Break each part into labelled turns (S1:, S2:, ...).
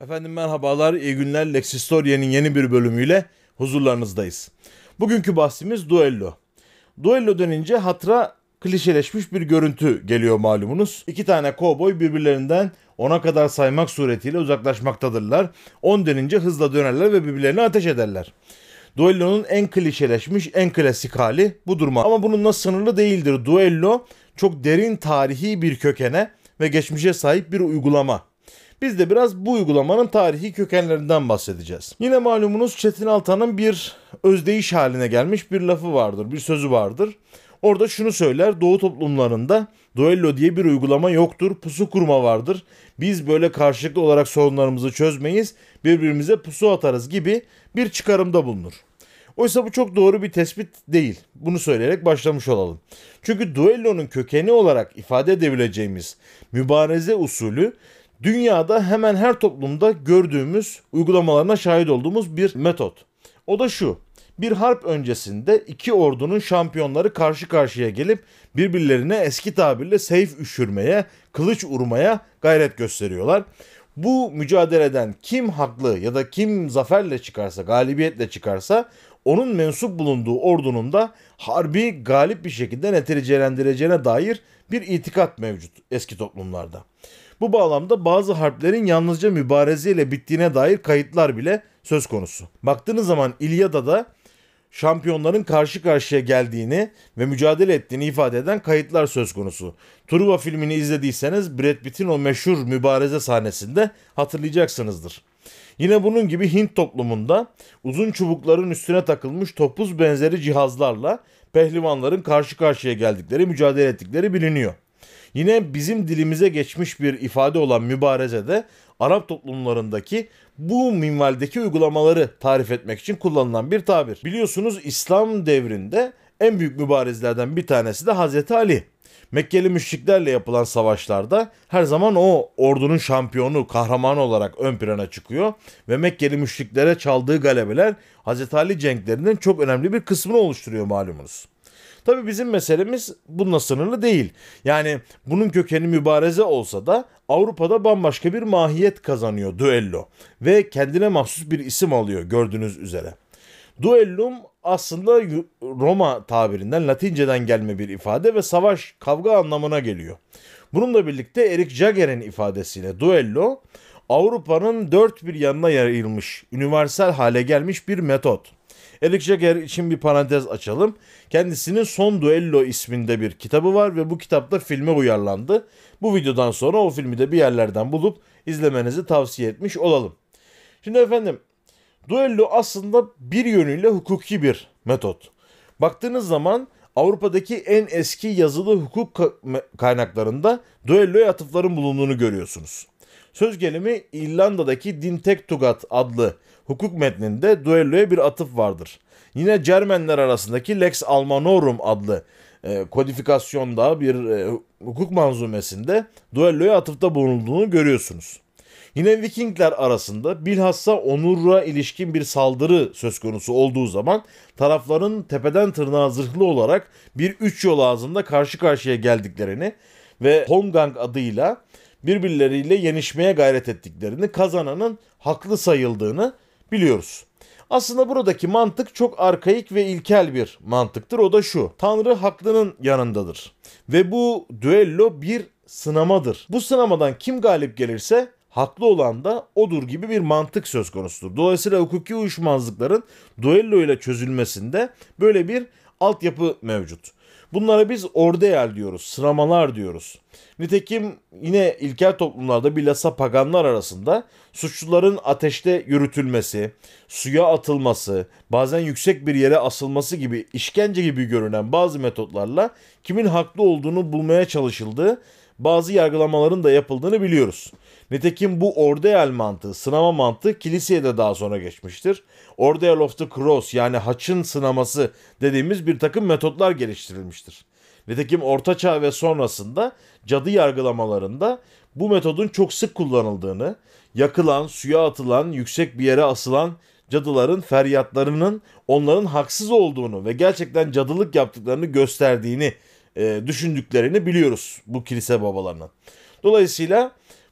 S1: Efendim merhabalar, iyi günler. Lexistoria'nın yeni bir bölümüyle huzurlarınızdayız. Bugünkü bahsimiz duello. Duello denince hatıra klişeleşmiş bir görüntü geliyor malumunuz. İki tane kovboy birbirlerinden 10'a kadar saymak suretiyle uzaklaşmaktadırlar. 10 denince hızla dönerler ve birbirlerine ateş ederler. Duello'nun en klişeleşmiş, en klasik hali bu durma. Ama bununla sınırlı değildir. Duello çok derin tarihi bir kökene ve geçmişe sahip bir uygulama. Biz de biraz bu uygulamanın tarihi kökenlerinden bahsedeceğiz. Yine malumunuz Çetin Altan'ın bir özdeyiş haline gelmiş bir lafı vardır, bir sözü vardır. Orada şunu söyler: Doğu toplumlarında duello diye bir uygulama yoktur, pusu kurma vardır. Biz böyle karşılıklı olarak sorunlarımızı çözmeyiz, birbirimize pusu atarız gibi bir çıkarımda bulunur. Oysa bu çok doğru bir tespit değil. Bunu söyleyerek başlamış olalım. Çünkü duellonun kökeni olarak ifade edebileceğimiz mübareze usulü dünyada hemen her toplumda gördüğümüz, uygulamalarına şahit olduğumuz bir metot. O da şu: bir harp öncesinde iki ordunun şampiyonları karşı karşıya gelip birbirlerine eski tabirle seyf üşürmeye, kılıç urmaya gayret gösteriyorlar. Bu mücadeleden kim haklı ya da kim zaferle çıkarsa, galibiyetle çıkarsa onun mensup bulunduğu ordunun da harbi galip bir şekilde neticelendireceğine dair bir itikat mevcut eski toplumlarda. Bu bağlamda bazı harplerin yalnızca mübarezeyle bittiğine dair kayıtlar bile söz konusu. Baktığınız zaman İlyada'da şampiyonların karşı karşıya geldiğini ve mücadele ettiğini ifade eden kayıtlar söz konusu. Truva filmini izlediyseniz Brad Pitt'in o meşhur mübareze sahnesinde hatırlayacaksınızdır. Yine bunun gibi Hint toplumunda uzun çubukların üstüne takılmış topuz benzeri cihazlarla pehlivanların karşı karşıya geldikleri, mücadele ettikleri biliniyor. Yine bizim dilimize geçmiş bir ifade olan mübareze de Arap toplumlarındaki bu minvaldeki uygulamaları tarif etmek için kullanılan bir tabir. Biliyorsunuz İslam devrinde en büyük mübarezelerden bir tanesi de Hazreti Ali. Mekkeli müşriklerle yapılan savaşlarda her zaman o ordunun şampiyonu, kahramanı olarak ön plana çıkıyor ve Mekkeli müşriklere çaldığı galebeler Hazreti Ali cenklerinin çok önemli bir kısmını oluşturuyor malumunuz. Tabii bizim meselemiz bununla sınırlı değil. Yani bunun kökeni mübareze olsa da Avrupa'da bambaşka bir mahiyet kazanıyor duello ve kendine mahsus bir isim alıyor gördüğünüz üzere. Duellum aslında Roma tabirinden, Latinceden gelme bir ifade ve savaş, kavga anlamına geliyor. Bununla birlikte Eric Jager'in ifadesiyle duello Avrupa'nın dört bir yanına yayılmış, üniversal hale gelmiş bir metot. Eric Jager için bir parantez açalım. Kendisinin Son Duello isminde bir kitabı var ve bu kitap da filme uyarlandı. Bu videodan sonra o filmi de bir yerlerden bulup izlemenizi tavsiye etmiş olalım. Şimdi efendim, duello aslında bir yönüyle hukuki bir metot. Baktığınız zaman Avrupa'daki en eski yazılı hukuk kaynaklarında duelloya atıfların bulunduğunu görüyorsunuz. Söz gelimi İrlanda'daki Din Tektugat adlı hukuk metninde duelloya bir atıf vardır. Yine Cermenler arasındaki Lex Almanorum adlı kodifikasyonda bir hukuk manzumesinde duelloya atıfta bulunduğunu görüyorsunuz. Yine Vikingler arasında bilhassa onura ilişkin bir saldırı söz konusu olduğu zaman tarafların tepeden tırnağa zırhlı olarak bir üç yol ağzında karşı karşıya geldiklerini ve Holmgang adıyla birbirleriyle yenişmeye gayret ettiklerini, kazananın haklı sayıldığını biliyoruz. Aslında buradaki mantık çok arkaik ve ilkel bir mantıktır. O da şu: Tanrı haklının yanındadır. Ve bu düello bir sınamadır. Bu sınamadan kim galip gelirse haklı olan da odur gibi bir mantık söz konusudur. Dolayısıyla hukuki uyuşmazlıkların duello ile çözülmesinde böyle bir altyapı mevcut. Bunlara biz ordeal diyoruz, sınamalar diyoruz. Nitekim yine ilkel toplumlarda bilhassa paganlar arasında suçluların ateşte yürütülmesi, suya atılması, bazen yüksek bir yere asılması gibi işkence gibi görünen bazı metotlarla kimin haklı olduğunu bulmaya çalışıldığı, bazı yargılamaların da yapıldığını biliyoruz. Nitekim bu ordeal mantığı, sınama mantığı kiliseye de daha sonra geçmiştir. Ordeal of the Cross, yani haçın sınaması dediğimiz bir takım metotlar geliştirilmiştir. Nitekim Orta Çağ ve sonrasında cadı yargılamalarında bu metodun çok sık kullanıldığını, yakılan, suya atılan, yüksek bir yere asılan cadıların feryatlarının onların haksız olduğunu ve gerçekten cadılık yaptıklarını gösterdiğini düşündüklerini biliyoruz bu kilise babalarının. Dolayısıyla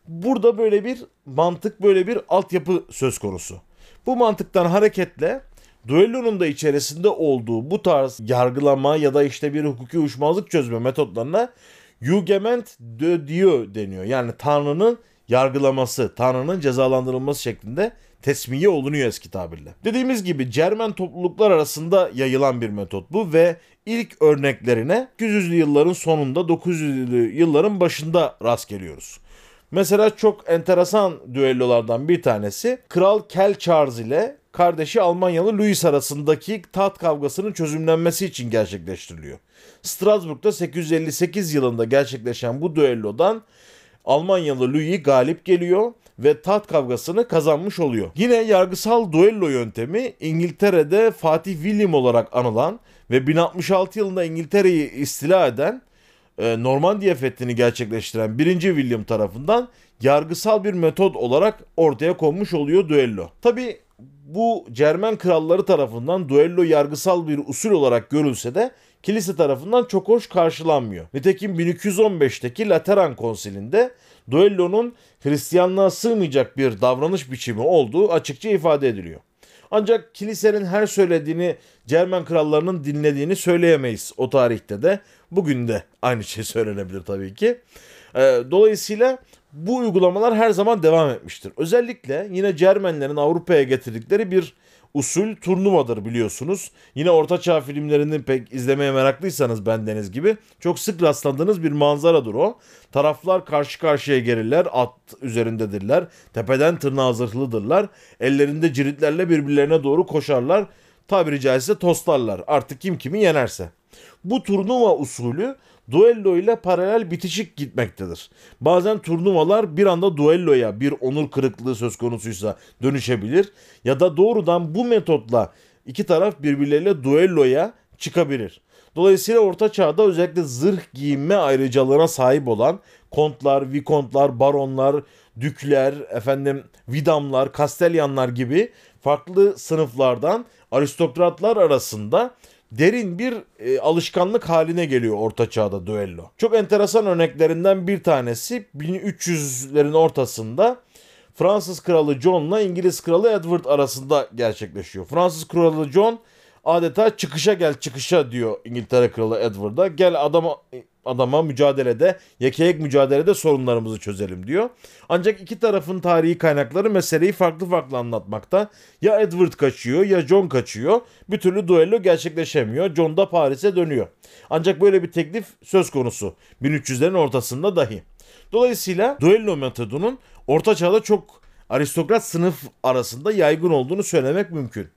S1: Burada böyle bir mantık, böyle bir altyapı söz konusu. Bu mantıktan hareketle düellonun da içerisinde olduğu bu tarz yargılama ya da işte bir hukuki uyuşmazlık çözme metotlarına jugement de Dieu deniyor. Yani Tanrı'nın yargılaması, Tanrı'nın cezalandırılması şeklinde tesmiye olunuyor eski tabirle. Dediğimiz gibi Cermen topluluklar arasında yayılan bir metot bu ve ilk örneklerine 800'lü yılların sonunda 900'lü yılların başında rast geliyoruz. Mesela çok enteresan düellolardan bir tanesi Kral Kel Charles ile kardeşi Almanyalı Louis arasındaki taht kavgasının çözümlenmesi için gerçekleştiriliyor. Strasbourg'da 858 yılında gerçekleşen bu düellodan Almanyalı Louis galip geliyor ve taht kavgasını kazanmış oluyor. Yine yargısal duello yöntemi İngiltere'de Fatih William olarak anılan ve 1066 yılında İngiltere'yi istila eden Normandiya fethini gerçekleştiren 1. William tarafından yargısal bir metot olarak ortaya konmuş oluyor düello. Tabi bu Cermen kralları tarafından düello yargısal bir usul olarak görülse de kilise tarafından çok hoş karşılanmıyor. Nitekim 1215'teki Lateran Konsili'nde düellonun Hristiyanlığa sığmayacak bir davranış biçimi olduğu açıkça ifade ediliyor. Ancak kilisenin her söylediğini Cermen krallarının dinlediğini söyleyemeyiz o tarihte de. Bugün de aynı şey söylenebilir tabii ki. Dolayısıyla bu uygulamalar her zaman devam etmiştir. Özellikle yine Cermenlerin Avrupa'ya getirdikleri bir usul turnuvadır biliyorsunuz. Yine Ortaçağ filmlerini pek izlemeye meraklıysanız bendeniz gibi çok sık rastladığınız bir manzaradır o. Taraflar karşı karşıya gelirler, at üzerindedirler, tepeden tırnağa zırhlıdırlar, ellerinde ciritlerle birbirlerine doğru koşarlar, tabiri caizse toslarlar artık kim kimi yenerse. Bu turnuva usulü duello ile paralel bitişik gitmektedir. Bazen turnuvalar bir anda duelloya, bir onur kırıklığı söz konusuysa dönüşebilir ya da doğrudan bu metotla iki taraf birbirleriyle duelloya çıkabilir. Dolayısıyla Orta Çağ'da özellikle zırh giyinme ayrıcalığına sahip olan kontlar, vikontlar, baronlar, dükler, vidamlar, kastelyanlar gibi farklı sınıflardan aristokratlar arasında derin bir alışkanlık haline geliyor Orta Çağ'da düello. Çok enteresan örneklerinden bir tanesi 1300'lerin ortasında Fransız Kralı John'la İngiliz Kralı Edward arasında gerçekleşiyor. Fransız Kralı John adeta çıkışa gel çıkışa diyor İngiltere Kralı Edward'a. Gel adama mücadelede, yekeyek mücadelede sorunlarımızı çözelim diyor. Ancak iki tarafın tarihi kaynakları meseleyi farklı farklı anlatmakta. Ya Edward kaçıyor ya John kaçıyor. Bir türlü duello gerçekleşemiyor. John da Paris'e dönüyor. Ancak böyle bir teklif söz konusu 1300'lerin ortasında dahi. Dolayısıyla duello metodunun Orta Çağ'da çok aristokrat sınıf arasında yaygın olduğunu söylemek mümkün.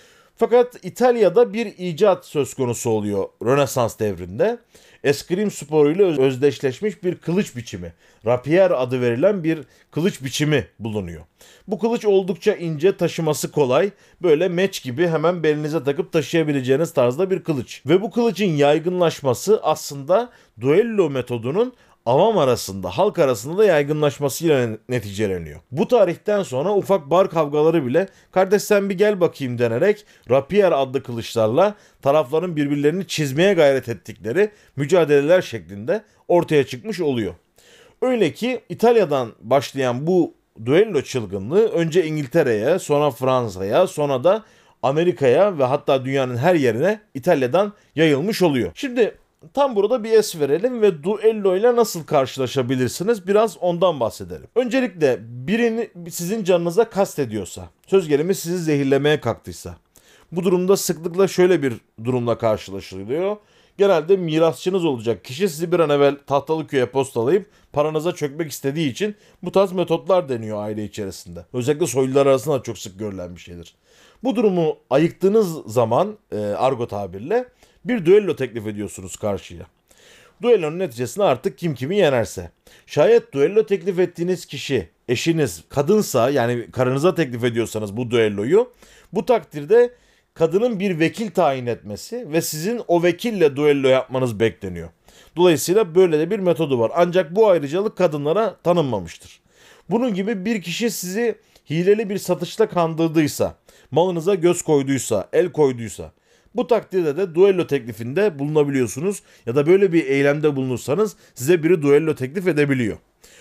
S1: Fakat İtalya'da bir icat söz konusu oluyor Rönesans devrinde. Eskrim sporuyla özdeşleşmiş bir kılıç biçimi, rapier adı verilen bir kılıç biçimi bulunuyor. Bu kılıç oldukça ince, taşıması kolay, böyle meç gibi hemen belinize takıp taşıyabileceğiniz tarzda bir kılıç. Ve bu kılıcın yaygınlaşması aslında duello metodunun avam arasında, halk arasında da yaygınlaşmasıyla neticeleniyor. Bu tarihten sonra ufak bar kavgaları bile kardeş sen bir gel bakayım denerek rapier adlı kılıçlarla tarafların birbirlerini çizmeye gayret ettikleri mücadeleler şeklinde ortaya çıkmış oluyor. Öyle ki İtalya'dan başlayan bu düello çılgınlığı önce İngiltere'ye, sonra Fransa'ya, sonra da Amerika'ya ve hatta dünyanın her yerine İtalya'dan yayılmış oluyor. Şimdi tam burada bir es verelim ve duello ile nasıl karşılaşabilirsiniz biraz ondan bahsedelim. Öncelikle birini sizin canınıza kastediyorsa, söz gelimi sizi zehirlemeye kalktıysa, bu durumda sıklıkla şöyle bir durumla karşılaşılıyor. Genelde mirasçınız olacak kişi sizi bir an evvel Tahtalıköy'e postalayıp paranıza çökmek istediği için bu tarz metotlar deniyor aile içerisinde. Özellikle soylular arasında çok sık görülen bir şeydir. Bu durumu ayıktığınız zaman argo tabirle bir düello teklif ediyorsunuz karşıya. Düellonun neticesinde artık kim kimi yenerse. Şayet düello teklif ettiğiniz kişi eşiniz kadınsa yani karınıza teklif ediyorsanız bu düelloyu bu takdirde kadının bir vekil tayin etmesi ve sizin o vekille düello yapmanız bekleniyor. Dolayısıyla böyle de bir metodu var. Ancak bu ayrıcalık kadınlara tanınmamıştır. Bunun gibi bir kişi sizi hileli bir satışla kandırdıysa, malınıza göz koyduysa, el koyduysa bu takdirde de düello teklifinde bulunabiliyorsunuz ya da böyle bir eylemde bulunursanız size biri düello teklif edebiliyor.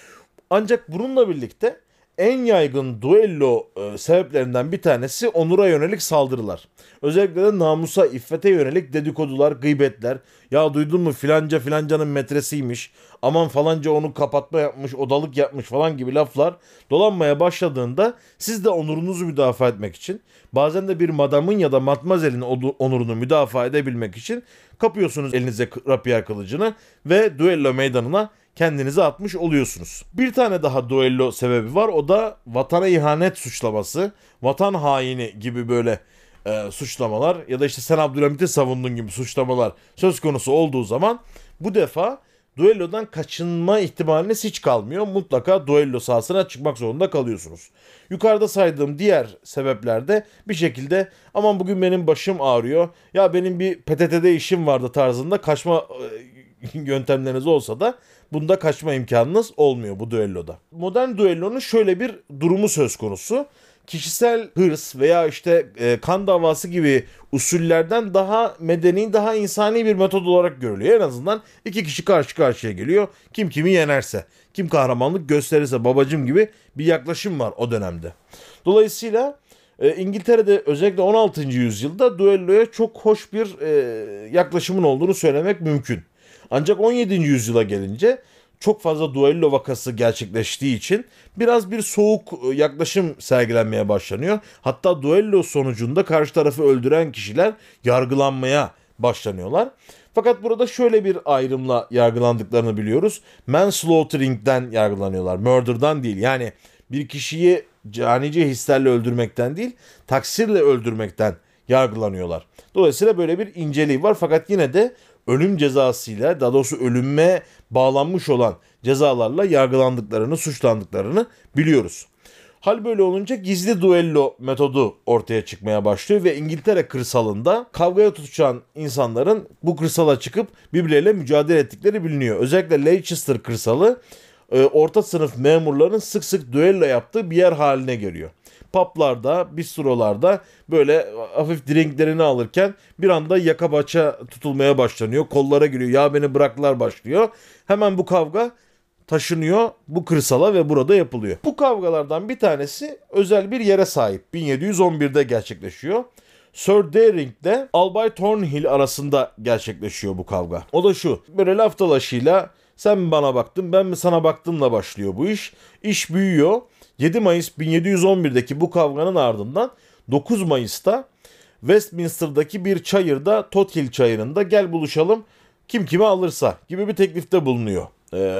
S1: Ancak bununla birlikte en yaygın duello sebeplerinden bir tanesi onura yönelik saldırılar. Özellikle de namusa, iffete yönelik dedikodular, gıybetler. Ya duydun mu filanca filancanın metresiymiş. Aman falanca onu kapatma yapmış, odalık yapmış falan gibi laflar dolanmaya başladığında siz de onurunuzu müdafaa etmek için, bazen de bir madamın ya da matmazelin onurunu müdafaa edebilmek için kapıyorsunuz elinize rapier kılıcını ve düello meydanına kendinize atmış oluyorsunuz. Bir tane daha duello sebebi var. O da vatana ihanet suçlaması, vatan haini gibi böyle suçlamalar ya da işte sen Abdülhamit'i savundun gibi suçlamalar söz konusu olduğu zaman bu defa duellodan kaçınma ihtimaliniz hiç kalmıyor. Mutlaka duello sahasına çıkmak zorunda kalıyorsunuz. Yukarıda saydığım diğer sebeplerde bir şekilde aman bugün benim başım ağrıyor, ya benim bir PTT'de işim vardı tarzında kaçma yöntemleriniz olsa da bunda kaçma imkanınız olmuyor bu düelloda. Modern düellonun şöyle bir durumu söz konusu. Kişisel hırs veya işte kan davası gibi usullerden daha medeni, daha insani bir metod olarak görülüyor. En azından iki kişi karşı karşıya geliyor. Kim kimi yenerse, kim kahramanlık gösterirse babacım gibi bir yaklaşım var o dönemde. Dolayısıyla İngiltere'de özellikle 16. yüzyılda düelloya çok hoş bir yaklaşımın olduğunu söylemek mümkün. Ancak 17. yüzyıla gelince çok fazla duello vakası gerçekleştiği için biraz bir soğuk yaklaşım sergilenmeye başlanıyor. Hatta duello sonucunda karşı tarafı öldüren kişiler yargılanmaya başlanıyorlar. Fakat burada şöyle bir ayrımla yargılandıklarını biliyoruz. Manslaughter'dan yargılanıyorlar. Murder'dan değil. Yani bir kişiyi canice hislerle öldürmekten değil, taksirle öldürmekten yargılanıyorlar. Dolayısıyla böyle bir inceliği var. Fakat yine de ölüm cezasıyla, daha doğrusu ölüme bağlanmış olan cezalarla yargılandıklarını, suçlandıklarını biliyoruz. Hal böyle olunca gizli duello metodu ortaya çıkmaya başlıyor ve İngiltere kırsalında kavgaya tutuşan insanların bu kırsala çıkıp birbirleriyle mücadele ettikleri biliniyor. Özellikle Leicester kırsalı orta sınıf memurların sık sık düello yaptığı bir yer haline geliyor. Publarda, bistrolarda böyle hafif drinklerini alırken bir anda yaka paça tutulmaya başlanıyor. Kollara giriyor. Ya beni bıraktılar başlıyor. Hemen bu kavga taşınıyor bu kırsala ve burada yapılıyor. Bu kavgalardan bir tanesi özel bir yere sahip. 1711'de gerçekleşiyor. Sir Daring ile Albay Thornhill arasında gerçekleşiyor bu kavga. O da şu: böyle laf dalaşıyla sen mi bana baktın ben mi sana baktımla başlıyor bu iş. İş büyüyor. 7 Mayıs 1711'deki bu kavganın ardından 9 Mayıs'ta Westminster'daki bir çayırda, Tothill çayırında gel buluşalım kim kimi alırsa gibi bir teklifte bulunuyor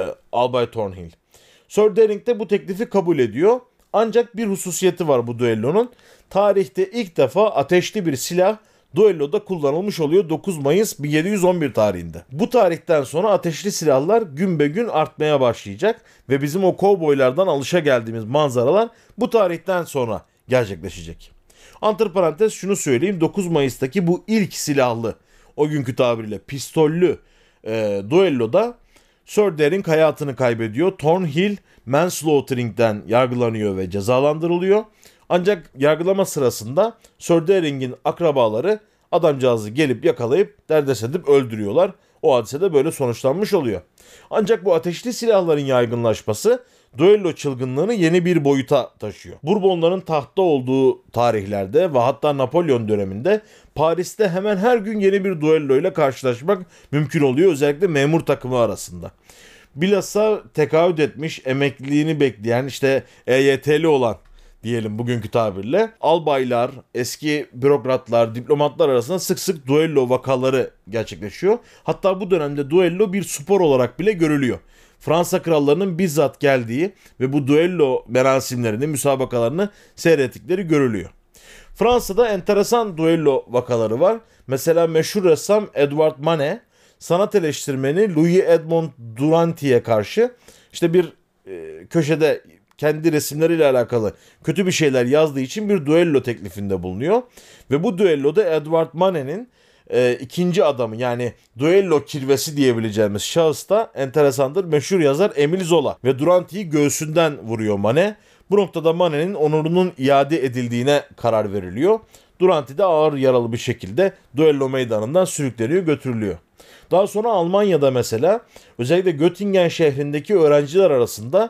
S1: Albay Thornhill. Sir Daring de bu teklifi kabul ediyor. Ancak bir hususiyeti var bu düellonun. Tarihte ilk defa ateşli bir silah düelloda kullanılmış oluyor 9 Mayıs 1711 tarihinde. Bu tarihten sonra ateşli silahlar gün be gün artmaya başlayacak ve bizim o kovboylardan alışageldiğimiz manzaralar bu tarihten sonra gerçekleşecek. Antiparantez şunu söyleyeyim: 9 Mayıs'taki bu ilk silahlı, o günkü tabiriyle pistollü düelloda Sir Daring hayatını kaybediyor. Thornhill manslaughter'dan yargılanıyor ve cezalandırılıyor. Ancak yargılama sırasında Sir Daring'in akrabaları adamcağızı gelip yakalayıp derdest edip öldürüyorlar. O hadise de böyle sonuçlanmış oluyor. Ancak bu ateşli silahların yaygınlaşması düello çılgınlığını yeni bir boyuta taşıyor. Bourbonların tahtta olduğu tarihlerde ve hatta Napolyon döneminde Paris'te hemen her gün yeni bir düello ile karşılaşmak mümkün oluyor. Özellikle memur takımı arasında. Bilhassa tekaüt etmiş, emekliliğini bekleyen, işte EYT'li olan diyelim bugünkü tabirle albaylar, eski bürokratlar, diplomatlar arasında sık sık düello vakaları gerçekleşiyor. Hatta bu dönemde düello bir spor olarak bile görülüyor. Fransa krallarının bizzat geldiği ve bu düello merasimlerini, müsabakalarını seyrettikleri görülüyor. Fransa'da enteresan düello vakaları var. Mesela meşhur ressam Edouard Manet, sanat eleştirmeni Louis Edmond Duranty'ye karşı işte bir köşede kendi resimleriyle alakalı kötü bir şeyler yazdığı için bir düello teklifinde bulunuyor. Ve bu düelloda Edouard Manet'in ikinci adamı, yani düello kirvesi diyebileceğimiz şahıs da enteresandır. Meşhur yazar Emile Zola ve Duranty'yi göğsünden vuruyor Manet. Bu noktada Manet'in onurunun iade edildiğine karar veriliyor. Duranty de ağır yaralı bir şekilde düello meydanından sürükleniyor, götürülüyor. Daha sonra Almanya'da mesela özellikle Göttingen şehrindeki öğrenciler arasında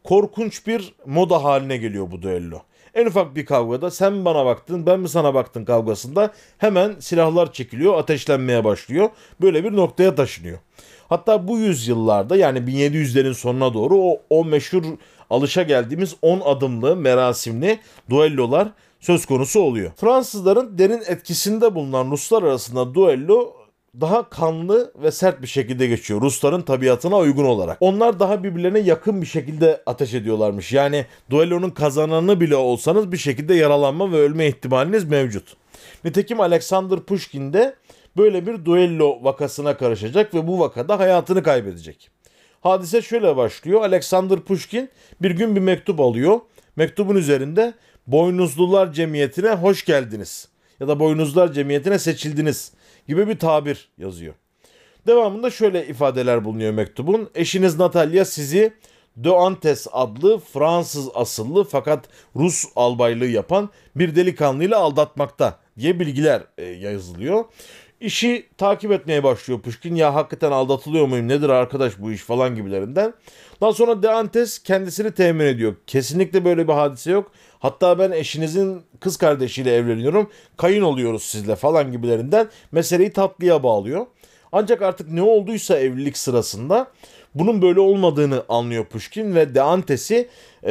S1: korkunç bir moda haline geliyor bu düello. En ufak bir kavgada sen mi bana baktın ben mi sana baktın kavgasında hemen silahlar çekiliyor, ateşlenmeye başlıyor. Böyle bir noktaya taşınıyor. Hatta bu yüzyıllarda yani 1700'lerin sonuna doğru o meşhur alışageldiğimiz 10 adımlı merasimli duellolar söz konusu oluyor. Fransızların derin etkisinde bulunan Ruslar arasında duello daha kanlı ve sert bir şekilde geçiyor. Rusların tabiatına uygun olarak. Onlar daha birbirlerine yakın bir şekilde ateş ediyorlarmış. Yani duellonun kazananı bile olsanız bir şekilde yaralanma ve ölme ihtimaliniz mevcut. Nitekim Alexander Pushkin de böyle bir duello vakasına karışacak ve bu vakada hayatını kaybedecek. Hadise şöyle başlıyor. Alexander Pushkin bir gün bir mektup alıyor. Mektubun üzerinde Boynuzlular Cemiyeti'ne hoş geldiniz ya da Boynuzlular Cemiyeti'ne seçildiniz gibi bir tabir yazıyor. Devamında şöyle ifadeler bulunuyor mektubun. Eşiniz Natalya sizi D'Antes adlı Fransız asıllı fakat Rus albaylığı yapan bir delikanlıyla aldatmakta diye bilgiler yazılıyor. İşi takip etmeye başlıyor Pushkin. Ya hakikaten aldatılıyor muyum? Nedir arkadaş bu iş falan gibilerinden. Daha sonra D'Antes kendisini temin ediyor. Kesinlikle böyle bir hadise yok. Hatta ben eşinizin kız kardeşiyle evleniyorum. Kayın oluyoruz sizle falan gibilerinden meseleyi tatlıya bağlıyor. Ancak artık ne olduysa evlilik sırasında bunun böyle olmadığını anlıyor Pushkin ve D'Antes'i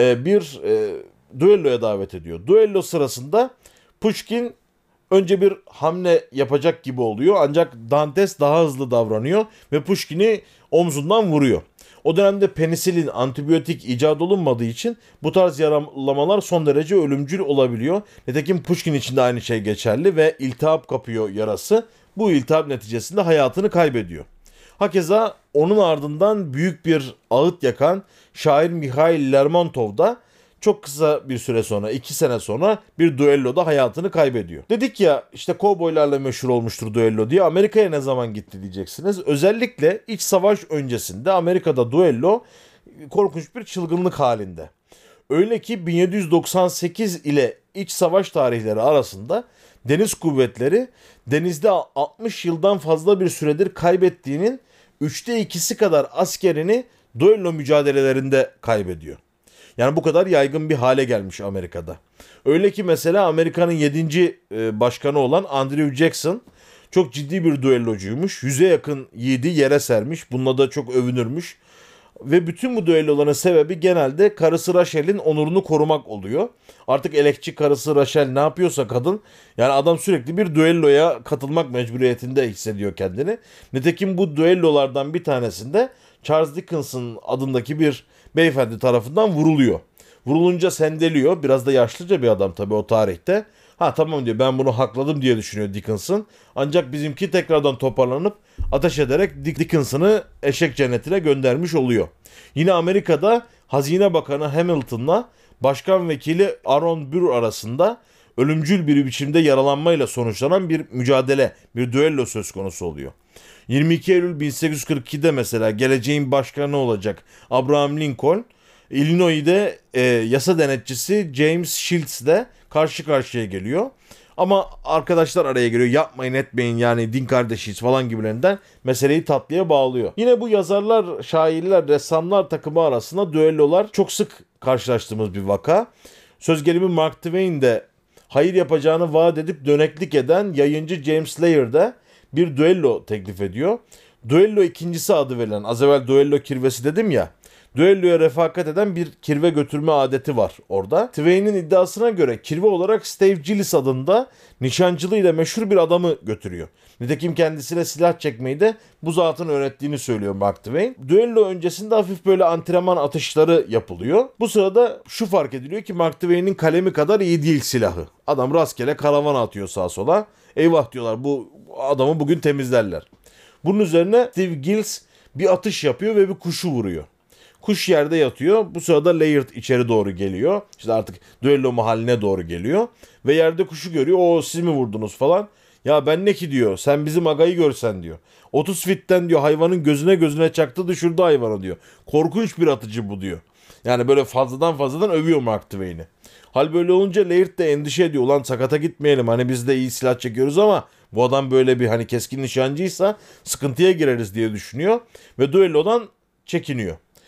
S1: bir düelloya davet ediyor. Düello sırasında Pushkin önce bir hamle yapacak gibi oluyor ancak D'Antes daha hızlı davranıyor ve Pushkin'i omzundan vuruyor. O dönemde penisilin, antibiyotik icat olunmadığı için bu tarz yaralamalar son derece ölümcül olabiliyor. Nitekim Pushkin için de aynı şey geçerli ve iltihap kapıyor yarası. Bu iltihap neticesinde hayatını kaybediyor. Hakeza onun ardından büyük bir ağıt yakan şair Mikhail Lermontov da çok kısa bir süre sonra 2 sene sonra bir düelloda hayatını kaybediyor. Dedik ya işte kovboylarla meşhur olmuştur düello diye. Amerika'ya ne zaman gitti diyeceksiniz. Özellikle iç savaş öncesinde Amerika'da düello korkunç bir çılgınlık halinde. Öyle ki 1798 ile iç savaş tarihleri arasında deniz kuvvetleri denizde 60 yıldan fazla bir süredir kaybettiğinin 3'te 2'si kadar askerini düello mücadelelerinde kaybediyor. Yani bu kadar yaygın bir hale gelmiş Amerika'da. Öyle ki mesela Amerika'nın 7. başkanı olan Andrew Jackson çok ciddi bir düellocuymuş. 100'e yakın yiğidi yere sermiş. Bununla da çok övünürmüş. Ve bütün bu düelloların sebebi genelde karısı Rachel'in onurunu korumak oluyor. Artık elekçi karısı Rachel ne yapıyorsa kadın yani adam sürekli bir düelloya katılmak mecburiyetinde hissediyor kendini. Nitekim bu düellolardan bir tanesinde Charles Dickinson adındaki bir beyefendi tarafından vuruluyor. Vurulunca sendeliyor. Biraz da yaşlıca bir adam tabii o tarihte. Ha tamam diyor ben bunu hakladım diye düşünüyor Dickinson. Ancak bizimki tekrardan toparlanıp ateş ederek Dickinson'ı eşek cennetine göndermiş oluyor. Yine Amerika'da Hazine Bakanı Hamilton'la Başkan Vekili Aaron Burr arasında ölümcül bir biçimde yaralanmayla sonuçlanan bir mücadele, bir düello söz konusu oluyor. 22 Eylül 1842'de mesela geleceğin başkanı olacak Abraham Lincoln, Illinois'de yasa denetçisi James Shields'le karşı karşıya geliyor. Ama arkadaşlar araya giriyor. Yapmayın etmeyin yani din kardeşiyiz falan gibilerinden meseleyi tatlıya bağlıyor. Yine bu yazarlar, şairler, ressamlar takımı arasında düellolar çok sık karşılaştığımız bir vaka. Söz gelimi Mark Twain de hayır yapacağını vaat edip döneklik eden yayıncı James Laird de bir düello teklif ediyor. Düello ikincisi adı verilen, az evvel düello kirvesi dedim ya. Düelloya refakat eden bir kirve götürme adeti var orada. Twain'in iddiasına göre kirve olarak Stave Gillis adında nişancılığıyla meşhur bir adamı götürüyor. Nitekim kendisine silah çekmeyi de bu zatın öğrettiğini söylüyor Mark Twain. Düello öncesinde hafif böyle antrenman atışları yapılıyor. Bu sırada şu fark ediliyor ki Mark Twain'in kalemi kadar iyi değil silahı. Adam rastgele karavana atıyor sağa sola. Eyvah diyorlar bu adamı bugün temizlerler. Bunun üzerine Steve Gillis bir atış yapıyor ve bir kuşu vuruyor. Kuş yerde yatıyor. Bu sırada Laird içeri doğru geliyor. İşte artık düello mahalline doğru geliyor. Ve yerde kuşu görüyor. O siz mi vurdunuz falan. Ya ben ne ki diyor. Sen bizim agayı görsen diyor. 30 fitten diyor hayvanın gözüne çaktı düşürdü hayvanı diyor. Korkunç bir atıcı bu diyor. Yani böyle fazladan övüyor Mark Twain'i. Hal böyle olunca Laird de endişe ediyor. Ulan sakata gitmeyelim. Hani biz de iyi silah çekiyoruz ama bu adam böyle bir hani keskin nişancıysa sıkıntıya gireriz diye düşünüyor. Ve düellodan çekiniyor.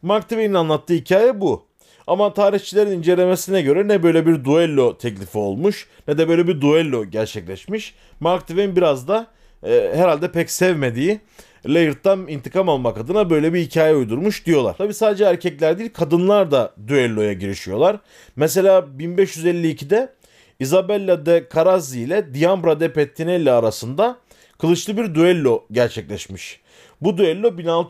S1: Mark Twain'in anlattığı hikaye bu. Ama tarihçilerin incelemesine göre ne böyle bir duello teklifi olmuş ne de böyle bir duello gerçekleşmiş. Mark Twain biraz da herhalde pek sevmediği Layard'dan intikam almak adına böyle bir hikaye uydurmuş diyorlar. Tabi sadece erkekler değil, kadınlar da düelloya girişiyorlar. Mesela 1552'de Isabella de Carazzi ile Diambra de Pettinelli arasında kılıçlı bir düello gerçekleşmiş. Bu düello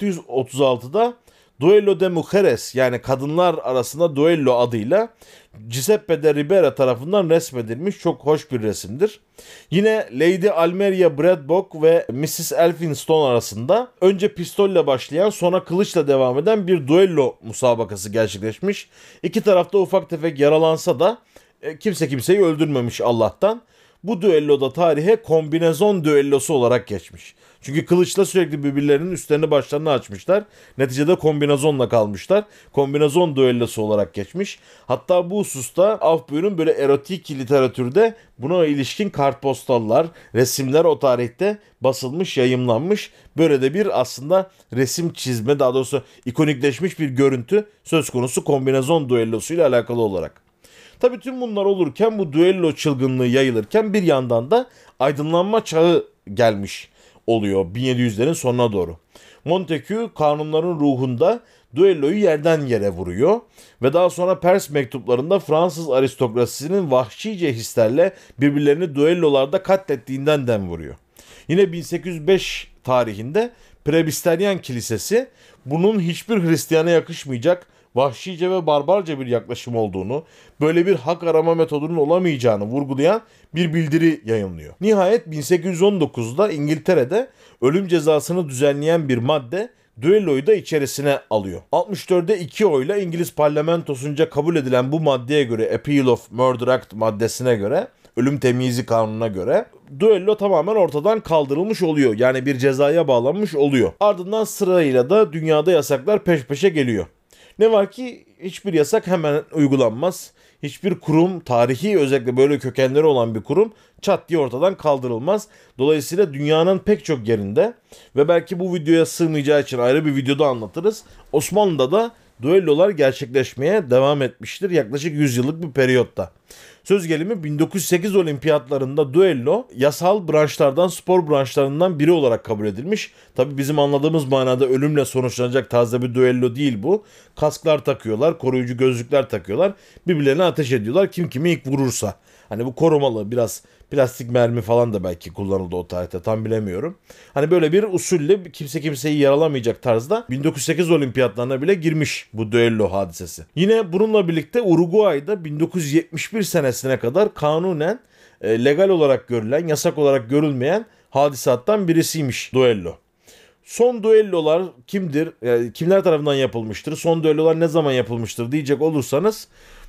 S1: 1636'da Duello de Mujeres, yani kadınlar arasında düello adıyla Giuseppe de Ribera tarafından resmedilmiş çok hoş bir resimdir. Yine Lady Almeria Bradbock ve Mrs. Elphinstone arasında önce pistolle başlayan sonra kılıçla devam eden bir düello musabakası gerçekleşmiş. İki tarafta ufak tefek yaralansa da kimse kimseyi öldürmemiş Allah'tan. Bu düelloda tarihe kombinezon düellosu olarak geçmiş. Çünkü kılıçla sürekli birbirlerinin üstlerini başlarını açmışlar. Neticede kombinezonla kalmışlar. Kombinezon düellosu olarak geçmiş. Hatta bu hususta af buyurun böyle erotik literatürde buna ilişkin kartpostallar, resimler o tarihte basılmış, yayımlanmış. Böyle de bir aslında resim çizme, daha doğrusu ikonikleşmiş bir görüntü söz konusu kombinezon düellosuyla alakalı olarak. Tabii tüm bunlar olurken, bu düello çılgınlığı yayılırken bir yandan da aydınlanma çağı gelmiş oluyor 1700'lerin sonuna doğru. Montagu kanunların ruhunda düelloyu yerden yere vuruyor ve daha sonra Pers mektuplarında Fransız aristokrasisinin vahşice hislerle birbirlerini düellolarda katlettiğinden dem vuruyor. Yine 1805 tarihinde Presbiteryen Kilisesi bunun hiçbir Hristiyana yakışmayacak vahşice ve barbarca bir yaklaşım olduğunu, böyle bir hak arama metodunun olamayacağını vurgulayan bir bildiri yayınlıyor. Nihayet 1819'da İngiltere'de ölüm cezasını düzenleyen bir madde düelloyu da içerisine alıyor. 64'de 2 oyla İngiliz parlamentosunca kabul edilen bu maddeye göre, Appeal of Murder Act maddesine göre, ölüm temyizi kanununa göre düello tamamen ortadan kaldırılmış oluyor. Yani bir cezaya bağlanmış oluyor. Ardından sırayla da dünyada yasaklar peş peşe geliyor. Ne var ki hiçbir yasak hemen uygulanmaz. Hiçbir kurum, tarihi özellikle böyle kökenleri olan bir kurum çat diye ortadan kaldırılmaz. Dolayısıyla dünyanın pek çok yerinde ve belki bu videoya sığmayacağı için ayrı bir videoda anlatırız. Osmanlı'da da düellolar gerçekleşmeye devam etmiştir yaklaşık 100 yıllık bir periyotta. Söz gelimi 1908 olimpiyatlarında düello yasal branşlardan, spor branşlarından biri olarak kabul edilmiş. Tabi bizim anladığımız manada ölümle sonuçlanacak tarzda bir düello değil bu. Kasklar takıyorlar, koruyucu gözlükler takıyorlar. Birbirlerine ateş ediyorlar kim kimi ilk vurursa. Hani bu korumalı, biraz plastik mermi falan da belki kullanıldı o tarihte, tam bilemiyorum. Hani böyle bir usulle kimse kimseyi yaralamayacak tarzda 1908 olimpiyatlarına bile girmiş bu düello hadisesi. Yine bununla birlikte Uruguay'da 1971 senesine kadar kanunen legal olarak görülen, yasak olarak görülmeyen hadisattan birisiymiş düello. Son düellolar kimdir? Yani kimler tarafından yapılmıştır? Son düellolar ne zaman yapılmıştır diyecek olursanız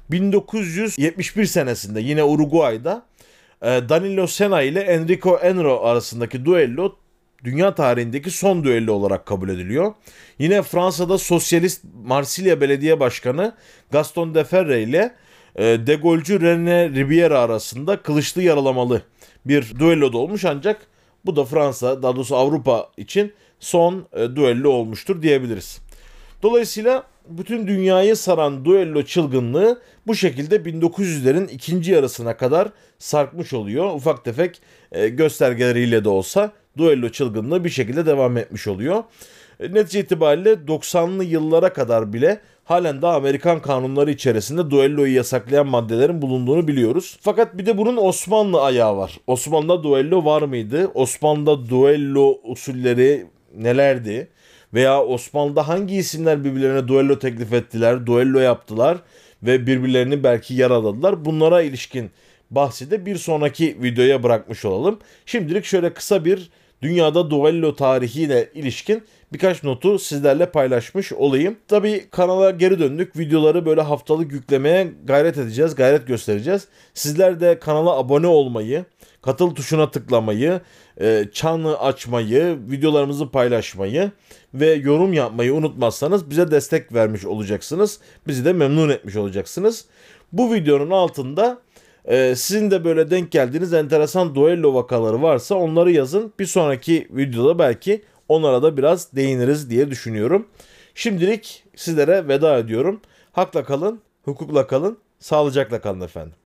S1: 1971 senesinde yine Uruguay'da Danilo Sena ile Enrico Enro arasındaki düello dünya tarihindeki son düello olarak kabul ediliyor. Yine Fransa'da sosyalist Marsilya Belediye Başkanı Gaston Defferre ile De Gaulle'cu René Ribiera arasında kılıçlı yaralamalı bir düello da olmuş, ancak bu da Fransa, daha doğrusu Avrupa için son düello olmuştur diyebiliriz. Dolayısıyla bütün dünyayı saran düello çılgınlığı bu şekilde 1900'lerin ikinci yarısına kadar sarkmış oluyor. Ufak tefek göstergeleriyle de olsa düello çılgınlığı bir şekilde devam etmiş oluyor. Netice itibariyle 90'lı yıllara kadar bile halen daha Amerikan kanunları içerisinde düelloyu yasaklayan maddelerin bulunduğunu biliyoruz. Fakat bir de bunun Osmanlı ayağı var. Osmanlı'da düello var mıydı? Osmanlı'da düello usulleri nelerdi? Veya Osmanlı'da hangi isimler birbirlerine düello teklif ettiler, düello yaptılar ve birbirlerini belki yaraladılar? Bunlara ilişkin bahsi de bir sonraki videoya bırakmış olalım. Şimdilik şöyle kısa bir dünyada düello tarihiyle ilişkin birkaç notu sizlerle paylaşmış olayım. Tabii kanala geri döndük. Videoları böyle haftalık yüklemeye gayret edeceğiz, gayret göstereceğiz. Sizler de kanala abone olmayı, katıl tuşuna tıklamayı, çanı açmayı, videolarımızı paylaşmayı ve yorum yapmayı unutmazsanız bize destek vermiş olacaksınız. Bizi de memnun etmiş olacaksınız. Bu videonun altında sizin de böyle denk geldiğiniz enteresan düello vakaları varsa onları yazın. Bir sonraki videoda belki onlara da biraz değiniriz diye düşünüyorum. Şimdilik sizlere veda ediyorum. Hakla kalın, hukukla kalın, sağlıcakla kalın efendim.